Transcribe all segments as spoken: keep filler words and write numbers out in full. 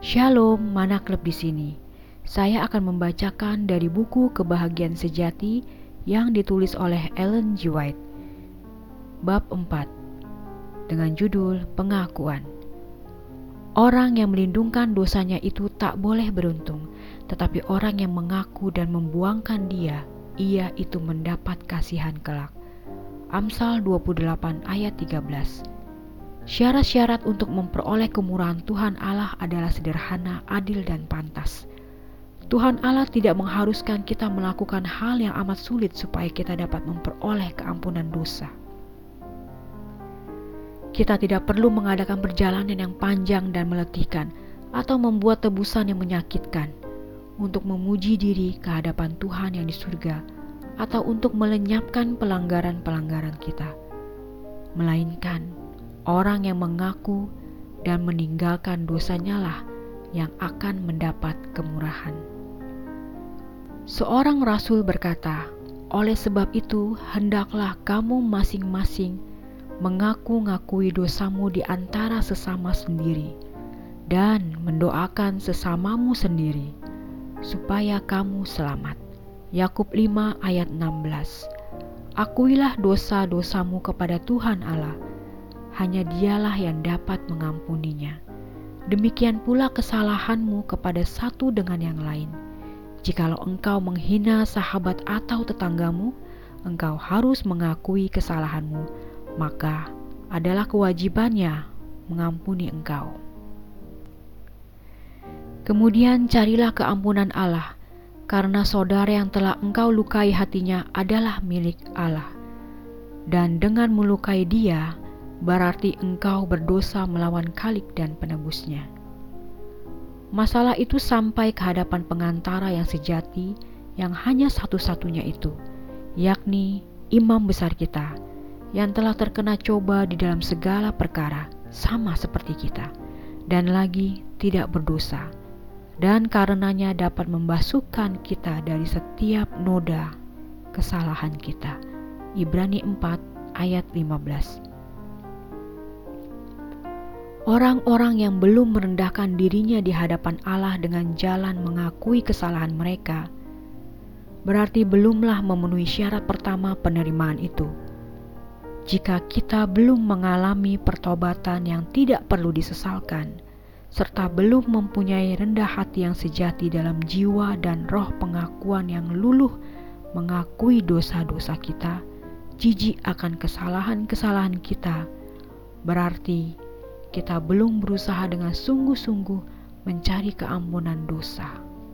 Shalom, Mana Klub di sini. Saya akan membacakan dari buku Kebahagiaan Sejati yang ditulis oleh Ellen G. White. Bab empat dengan judul Pengakuan. Orang yang melindungkan dosanya itu tak boleh beruntung, tetapi orang yang mengaku dan membuangkan dia, ia itu mendapat kasihan kelak. Amsal dua puluh delapan ayat tiga belas. Syarat-syarat untuk memperoleh kemurahan Tuhan Allah adalah sederhana, adil, dan pantas. Tuhan Allah tidak mengharuskan kita melakukan hal yang amat sulit supaya kita dapat memperoleh keampunan dosa. Kita tidak perlu mengadakan perjalanan yang panjang dan meletihkan atau membuat tebusan yang menyakitkan untuk memuji diri ke hadapan Tuhan yang di surga atau untuk melenyapkan pelanggaran-pelanggaran kita. Melainkan orang yang mengaku dan meninggalkan dosanya lah yang akan mendapat kemurahan. Seorang rasul berkata, "Oleh sebab itu, hendaklah kamu masing-masing mengaku-ngakui dosamu di antara sesama sendiri dan mendoakan sesamamu sendiri, supaya kamu selamat." Yakub lima ayat enam belas. Akuilah dosa-dosamu kepada Tuhan Allah, hanya Dialah yang dapat mengampuninya. Demikian pula kesalahanmu kepada satu dengan yang lain. Jikalau engkau menghina sahabat atau tetanggamu, engkau harus mengakui kesalahanmu, maka adalah kewajibannya mengampuni engkau. Kemudian carilah keampunan Allah, karena saudara yang telah engkau lukai hatinya adalah milik Allah. Dan dengan melukai dia, berarti engkau berdosa melawan Khalik dan penebusnya. Masalah itu sampai ke hadapan pengantara yang sejati, yang hanya satu-satunya itu, yakni Imam Besar kita, yang telah terkena coba di dalam segala perkara, sama seperti kita, dan lagi tidak berdosa, dan karenanya dapat membasuhkan kita dari setiap noda kesalahan kita. Ibrani empat ayat lima belas. Orang-orang yang belum merendahkan dirinya di hadapan Allah dengan jalan mengakui kesalahan mereka, berarti belumlah memenuhi syarat pertama penerimaan itu. Jika kita belum mengalami pertobatan yang tidak perlu disesalkan, serta belum mempunyai rendah hati yang sejati dalam jiwa dan roh pengakuan yang luluh mengakui dosa-dosa kita, jijik akan kesalahan-kesalahan kita, berarti kita belum berusaha dengan sungguh-sungguh mencari keampunan dosa.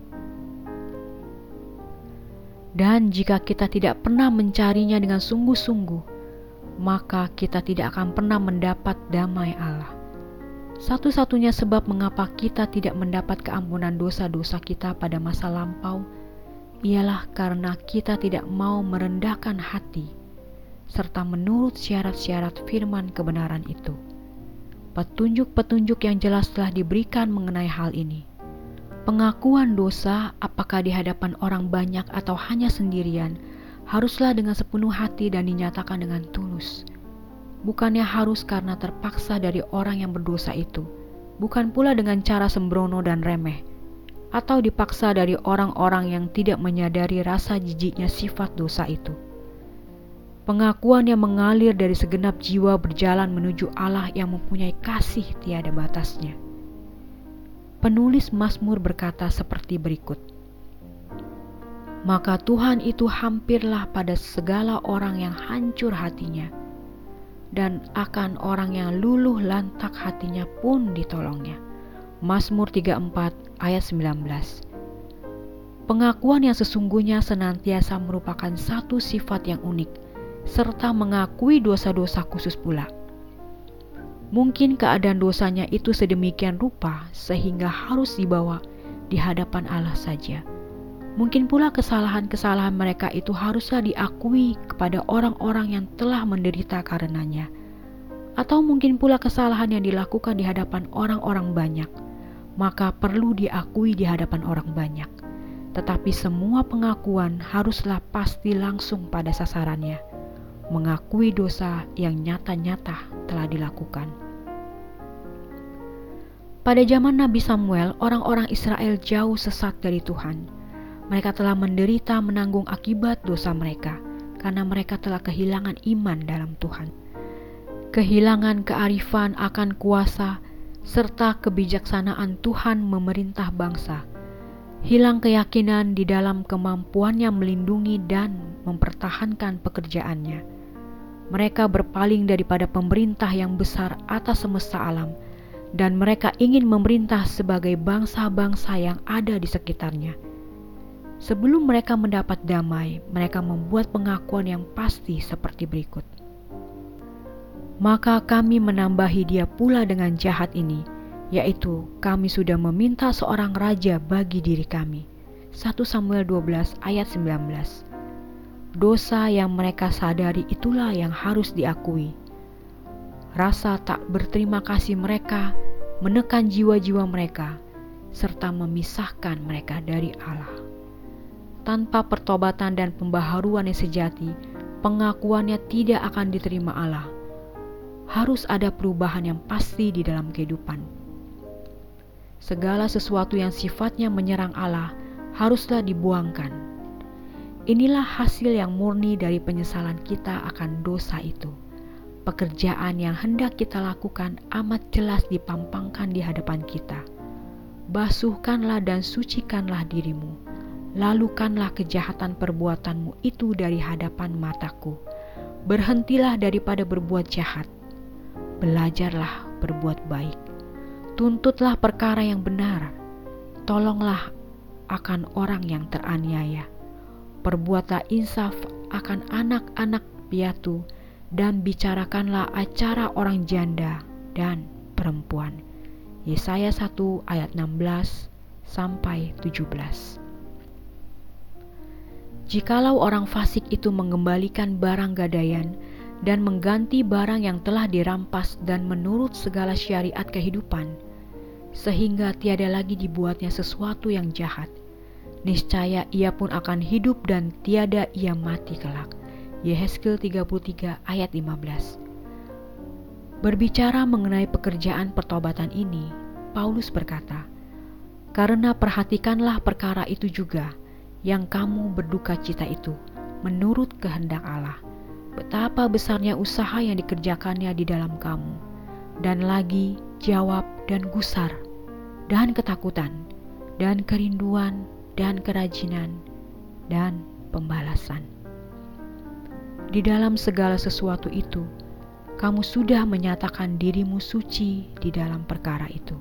Dan jika kita tidak pernah mencarinya dengan sungguh-sungguh, maka kita tidak akan pernah mendapat damai Allah. Satu-satunya sebab mengapa kita tidak mendapat keampunan dosa-dosa kita pada masa lampau ialah karena kita tidak mau merendahkan hati serta menurut syarat-syarat firman kebenaran itu. Petunjuk-petunjuk yang jelas telah diberikan mengenai hal ini. Pengakuan dosa, apakah di hadapan orang banyak atau hanya sendirian, haruslah dengan sepenuh hati dan dinyatakan dengan tulus. Bukannya harus karena terpaksa dari orang yang berdosa itu, bukan pula dengan cara sembrono dan remeh, atau dipaksa dari orang-orang yang tidak menyadari rasa jijiknya sifat dosa itu. Pengakuan yang mengalir dari segenap jiwa berjalan menuju Allah yang mempunyai kasih tiada batasnya. Penulis Mazmur berkata seperti berikut, "Maka Tuhan itu hampirlah pada segala orang yang hancur hatinya, dan akan orang yang luluh lantak hatinya pun ditolongnya." Mazmur tiga puluh empat ayat sembilan belas. Pengakuan yang sesungguhnya senantiasa merupakan satu sifat yang unik, serta mengakui dosa-dosa khusus pula. Mungkin keadaan dosanya itu sedemikian rupa sehingga harus dibawa di hadapan Allah saja. Mungkin pula kesalahan-kesalahan mereka itu haruslah diakui kepada orang-orang yang telah menderita karenanya. Atau mungkin pula kesalahan yang dilakukan di hadapan orang-orang banyak, maka perlu diakui di hadapan orang banyak. Tetapi semua pengakuan haruslah pasti langsung pada sasarannya, mengakui dosa yang nyata-nyata telah dilakukan. Pada zaman Nabi Samuel, orang-orang Israel jauh sesat dari Tuhan. Mereka telah menderita menanggung akibat dosa mereka, karena mereka telah kehilangan iman dalam Tuhan. Kehilangan kearifan akan kuasa, serta kebijaksanaan Tuhan memerintah bangsa. Hilang keyakinan di dalam kemampuannya melindungi dan mempertahankan pekerjaannya. Mereka berpaling daripada pemerintah yang besar atas semesta alam, dan mereka ingin memerintah sebagai bangsa-bangsa yang ada di sekitarnya. Sebelum mereka mendapat damai, mereka membuat pengakuan yang pasti seperti berikut. Maka kami menambahi dia pula dengan jahat ini, yaitu kami sudah meminta seorang raja bagi diri kami. satu Samuel dua belas ayat sembilan belas. Dosa yang mereka sadari itulah yang harus diakui. Rasa tak berterima kasih mereka menekan jiwa-jiwa mereka, serta memisahkan mereka dari Allah. Tanpa pertobatan dan pembaharuan yang sejati, pengakuannya tidak akan diterima Allah. Harus ada perubahan yang pasti di dalam kehidupan. Segala sesuatu yang sifatnya menyerang Allah haruslah dibuangkan. Inilah hasil yang murni dari penyesalan kita akan dosa itu. Pekerjaan yang hendak kita lakukan amat jelas dipampangkan di hadapan kita. Basuhkanlah dan sucikanlah dirimu. Lalukanlah kejahatan perbuatanmu itu dari hadapan mataku. Berhentilah daripada berbuat jahat. Belajarlah berbuat baik. Tuntutlah perkara yang benar. Tolonglah akan orang yang teraniaya. Perbuatlah insaf akan anak-anak piatu, dan bicarakanlah acara orang janda dan perempuan. Yesaya satu ayat enam belas sampai tujuh belas. Jikalau orang fasik itu mengembalikan barang gadaian dan mengganti barang yang telah dirampas dan menurut segala syariat kehidupan, sehingga tiada lagi dibuatnya sesuatu yang jahat, niscaya ia pun akan hidup dan tiada ia mati kelak. Yehezkiel tiga puluh tiga ayat lima belas. Berbicara mengenai pekerjaan pertobatan ini, Paulus berkata, "Karena perhatikanlah perkara itu juga, yang kamu berduka cita itu, menurut kehendak Allah. Betapa besarnya usaha yang dikerjakannya di dalam kamu, dan lagi jawab dan gusar, dan ketakutan, dan kerinduan, dan kerajinan, dan pembalasan. Di dalam segala sesuatu itu, kamu sudah menyatakan dirimu suci di dalam perkara itu."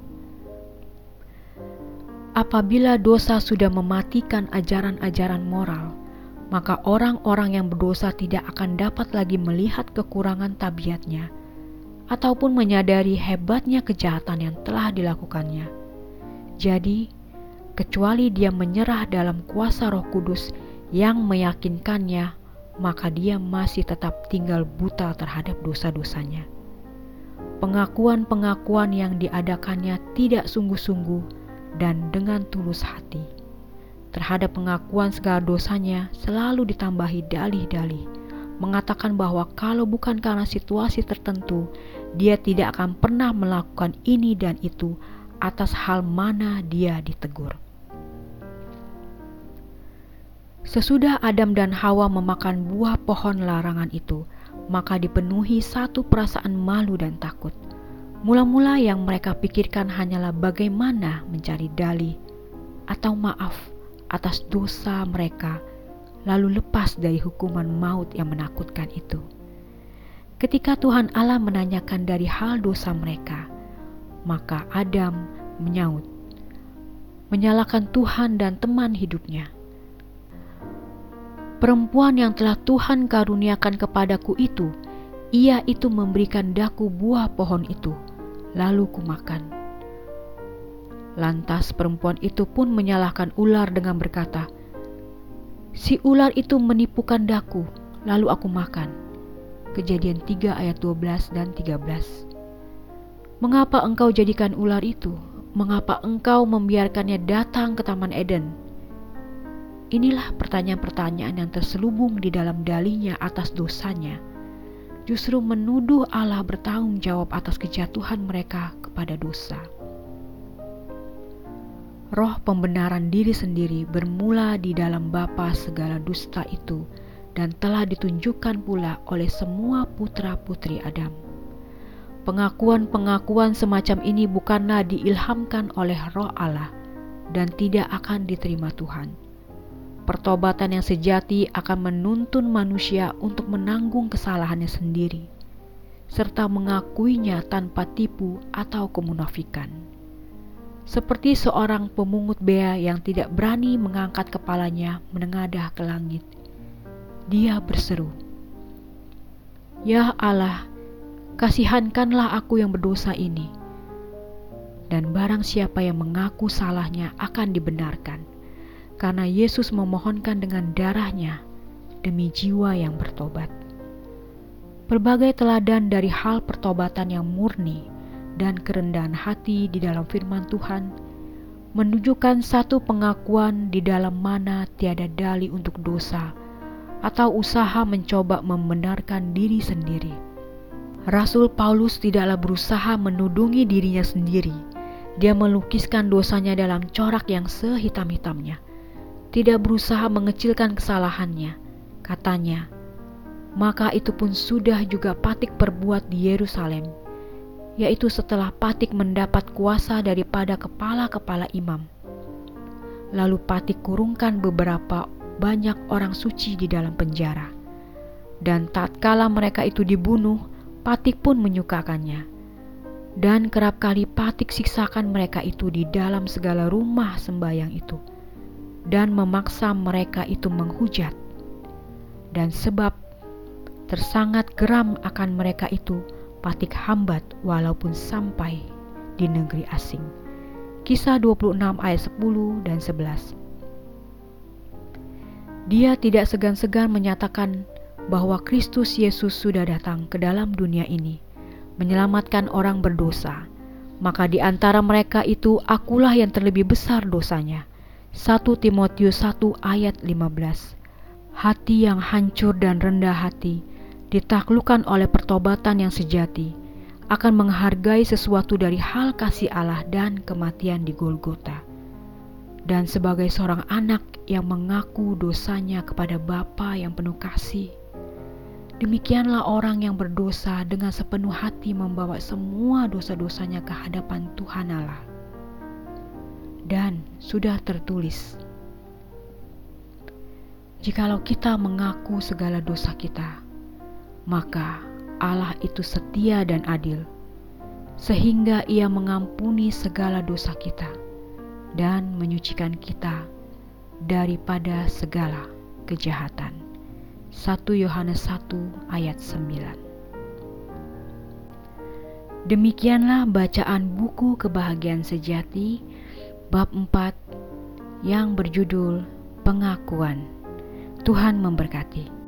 Apabila dosa sudah mematikan ajaran-ajaran moral, maka orang-orang yang berdosa tidak akan dapat lagi melihat kekurangan tabiatnya, ataupun menyadari hebatnya kejahatan yang telah dilakukannya. Jadi, kecuali dia menyerah dalam kuasa Roh Kudus yang meyakinkannya, maka dia masih tetap tinggal buta terhadap dosa-dosanya. Pengakuan-pengakuan yang diadakannya tidak sungguh-sungguh dan dengan tulus hati. Terhadap pengakuan segala dosanya selalu ditambahi dalih-dalih, mengatakan bahwa kalau bukan karena situasi tertentu, dia tidak akan pernah melakukan ini dan itu atas hal mana dia ditegur. Sesudah Adam dan Hawa memakan buah pohon larangan itu, maka dipenuhi satu perasaan malu dan takut. Mula-mula yang mereka pikirkan hanyalah bagaimana mencari dalih atau maaf atas dosa mereka, lalu lepas dari hukuman maut yang menakutkan itu. Ketika Tuhan Allah menanyakan dari hal dosa mereka, maka Adam menyaut, menyalahkan Tuhan dan teman hidupnya. "Perempuan yang telah Tuhan karuniakan kepadaku itu, ia itu memberikan daku buah pohon itu, lalu kumakan." Lantas perempuan itu pun menyalahkan ular dengan berkata, "Si ular itu menipukan daku, lalu aku makan." Kejadian tiga ayat dua belas dan tiga belas. "Mengapa engkau jadikan ular itu? Mengapa engkau membiarkannya datang ke Taman Eden?" Inilah pertanyaan-pertanyaan yang terselubung di dalam dalihnya atas dosanya, justru menuduh Allah bertanggung jawab atas kejatuhan mereka kepada dosa. Roh pembenaran diri sendiri bermula di dalam bapa segala dusta itu dan telah ditunjukkan pula oleh semua putra-putri Adam. Pengakuan-pengakuan semacam ini bukanlah diilhamkan oleh Roh Allah dan tidak akan diterima Tuhan. Pertobatan yang sejati akan menuntun manusia untuk menanggung kesalahannya sendiri, serta mengakuinya tanpa tipu atau kemunafikan. Seperti seorang pemungut bea yang tidak berani mengangkat kepalanya menengadah ke langit. Dia berseru, "Ya Allah, kasihankanlah aku yang berdosa ini." Dan barang siapa yang mengaku salahnya akan dibenarkan, karena Yesus memohonkan dengan darahnya demi jiwa yang bertobat. Berbagai teladan dari hal pertobatan yang murni dan kerendahan hati di dalam firman Tuhan menunjukkan satu pengakuan di dalam mana tiada dalih untuk dosa atau usaha mencoba membenarkan diri sendiri. Rasul Paulus tidaklah berusaha menudungi dirinya sendiri. Dia melukiskan dosanya dalam corak yang sehitam-hitamnya, tidak berusaha mengecilkan kesalahannya. Katanya, "Maka itu pun sudah juga Patik perbuat di Yerusalem, yaitu setelah Patik mendapat kuasa daripada kepala-kepala imam. Lalu Patik kurungkan beberapa banyak orang suci di dalam penjara. Dan tatkala mereka itu dibunuh, Patik pun menyukakannya. Dan kerap kali Patik siksakan mereka itu di dalam segala rumah sembahyang itu, dan memaksa mereka itu menghujat. Dan sebab tersangat geram akan mereka itu, Patik hambat walaupun sampai di negeri asing." Kisah dua puluh enam ayat sepuluh dan sebelas. Dia tidak segan-segan menyatakan bahwa Kristus Yesus sudah datang ke dalam dunia ini, menyelamatkan orang berdosa. Maka di antara mereka itu akulah yang terlebih besar dosanya. satu Timotius satu ayat lima belas. Hati yang hancur dan rendah hati, ditaklukkan oleh pertobatan yang sejati, akan menghargai sesuatu dari hal kasih Allah dan kematian di Golgota. Dan sebagai seorang anak yang mengaku dosanya kepada Bapa yang penuh kasih, demikianlah orang yang berdosa dengan sepenuh hati membawa semua dosa-dosanya ke hadapan Tuhan Allah. Dan sudah tertulis, jikalau kita mengaku segala dosa kita, maka Allah itu setia dan adil, sehingga Ia mengampuni segala dosa kita dan menyucikan kita daripada segala kejahatan. satu Yohanes satu ayat sembilan. Demikianlah bacaan buku Kebahagiaan Sejati bab empat yang berjudul Pengakuan. Tuhan memberkati.